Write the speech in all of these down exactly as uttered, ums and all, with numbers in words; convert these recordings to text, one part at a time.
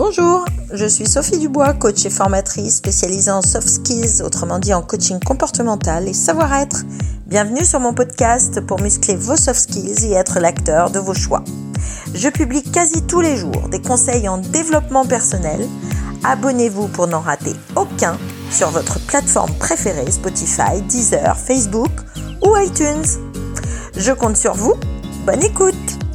Bonjour, je suis Sophie Dubois, coach et formatrice spécialisée en soft skills, autrement dit en coaching comportemental et savoir-être. Bienvenue sur mon podcast pour muscler vos soft skills et être l'acteur de vos choix. Je publie quasi tous les jours des conseils en développement personnel. Abonnez-vous pour n'en rater aucun sur votre plateforme préférée, Spotify, Deezer, Facebook ou iTunes. Je compte sur vous. Bonne écoute!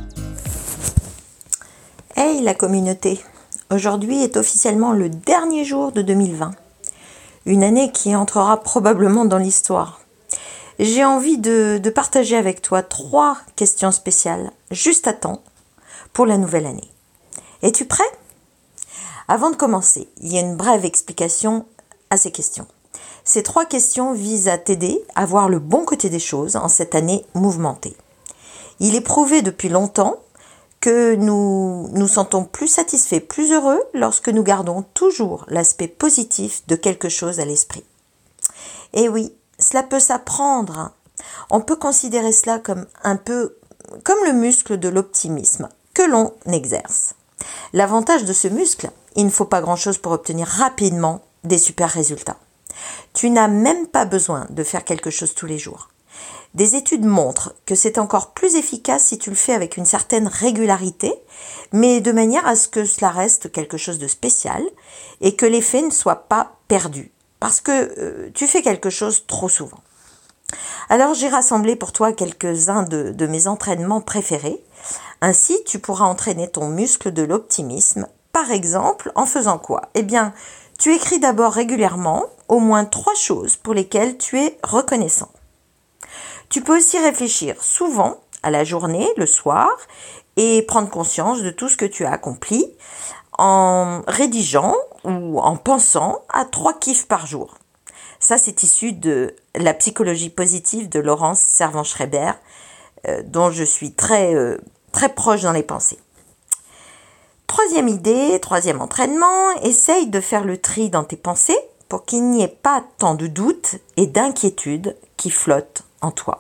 Hey la communauté! Aujourd'hui est officiellement le dernier jour de deux mille vingt. Une année qui entrera probablement dans l'histoire. J'ai envie de, de partager avec toi trois questions spéciales, juste à temps, pour la nouvelle année. Es-tu prêt? Avant de commencer, il y a une brève explication à ces questions. Ces trois questions visent à t'aider à voir le bon côté des choses en cette année mouvementée. Il est prouvé depuis longtemps que nous nous sentons plus satisfaits, plus heureux lorsque nous gardons toujours l'aspect positif de quelque chose à l'esprit. Et oui, cela peut s'apprendre. On peut considérer cela comme un peu comme le muscle de l'optimisme que l'on exerce. L'avantage de ce muscle, il ne faut pas grand-chose pour obtenir rapidement des super résultats. Tu n'as même pas besoin de faire quelque chose tous les jours. Des études montrent que c'est encore plus efficace si tu le fais avec une certaine régularité, mais de manière à ce que cela reste quelque chose de spécial et que l'effet ne soit pas perdu, parce que euh, tu fais quelque chose trop souvent. Alors j'ai rassemblé pour toi quelques-uns de, de mes entraînements préférés. Ainsi, tu pourras entraîner ton muscle de l'optimisme, par exemple en faisant quoi? Eh bien, tu écris d'abord régulièrement au moins trois choses pour lesquelles tu es reconnaissant. Tu peux aussi réfléchir souvent à la journée, le soir, et prendre conscience de tout ce que tu as accompli en rédigeant ou en pensant à trois kiffs par jour. Ça, c'est issu de la psychologie positive de Laurence Servan-Schreiber, euh, dont je suis très, euh, très proche dans les pensées. Troisième idée, troisième entraînement, essaye de faire le tri dans tes pensées pour qu'il n'y ait pas tant de doutes et d'inquiétudes qui flottent en toi.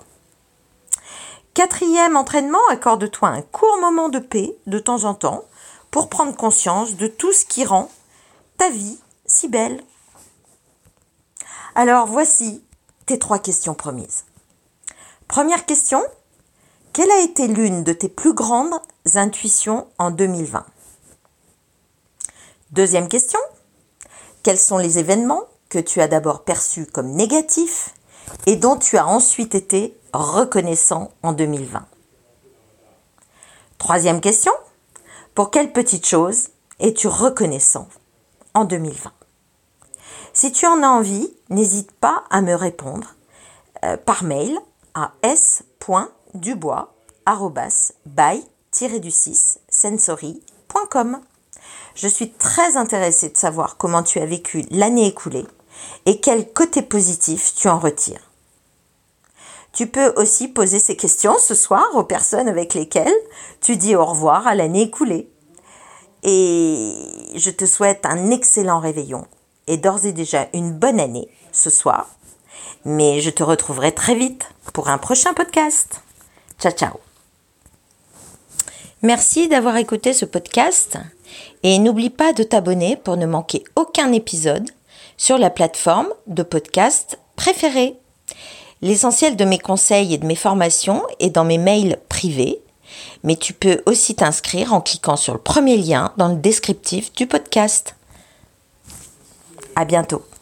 Quatrième entraînement, accorde-toi un court moment de paix de temps en temps pour prendre conscience de tout ce qui rend ta vie si belle. Alors voici tes trois questions promises. Première question, quelle a été l'une de tes plus grandes intuitions en deux mille vingt? Deuxième question, quels sont les événements que tu as d'abord perçus comme négatifs et dont tu as ensuite été reconnaissant en deux mille vingt? Troisième question, pour quelle petite chose es-tu reconnaissant en deux mille vingt? Si tu en as envie, n'hésite pas à me répondre euh, par mail à s point dubois arobase by tiret du six sensory point com. Je suis très intéressée de savoir comment tu as vécu l'année écoulée et quel côté positif tu en retires. Tu peux aussi poser ces questions ce soir aux personnes avec lesquelles tu dis au revoir à l'année écoulée. Et je te souhaite un excellent réveillon et d'ores et déjà une bonne année ce soir. Mais je te retrouverai très vite pour un prochain podcast. Ciao, ciao. Merci d'avoir écouté ce podcast et n'oublie pas de t'abonner pour ne manquer aucun épisode sur la plateforme de podcast préférée. L'essentiel de mes conseils et de mes formations est dans mes mails privés, mais tu peux aussi t'inscrire en cliquant sur le premier lien dans le descriptif du podcast. À bientôt.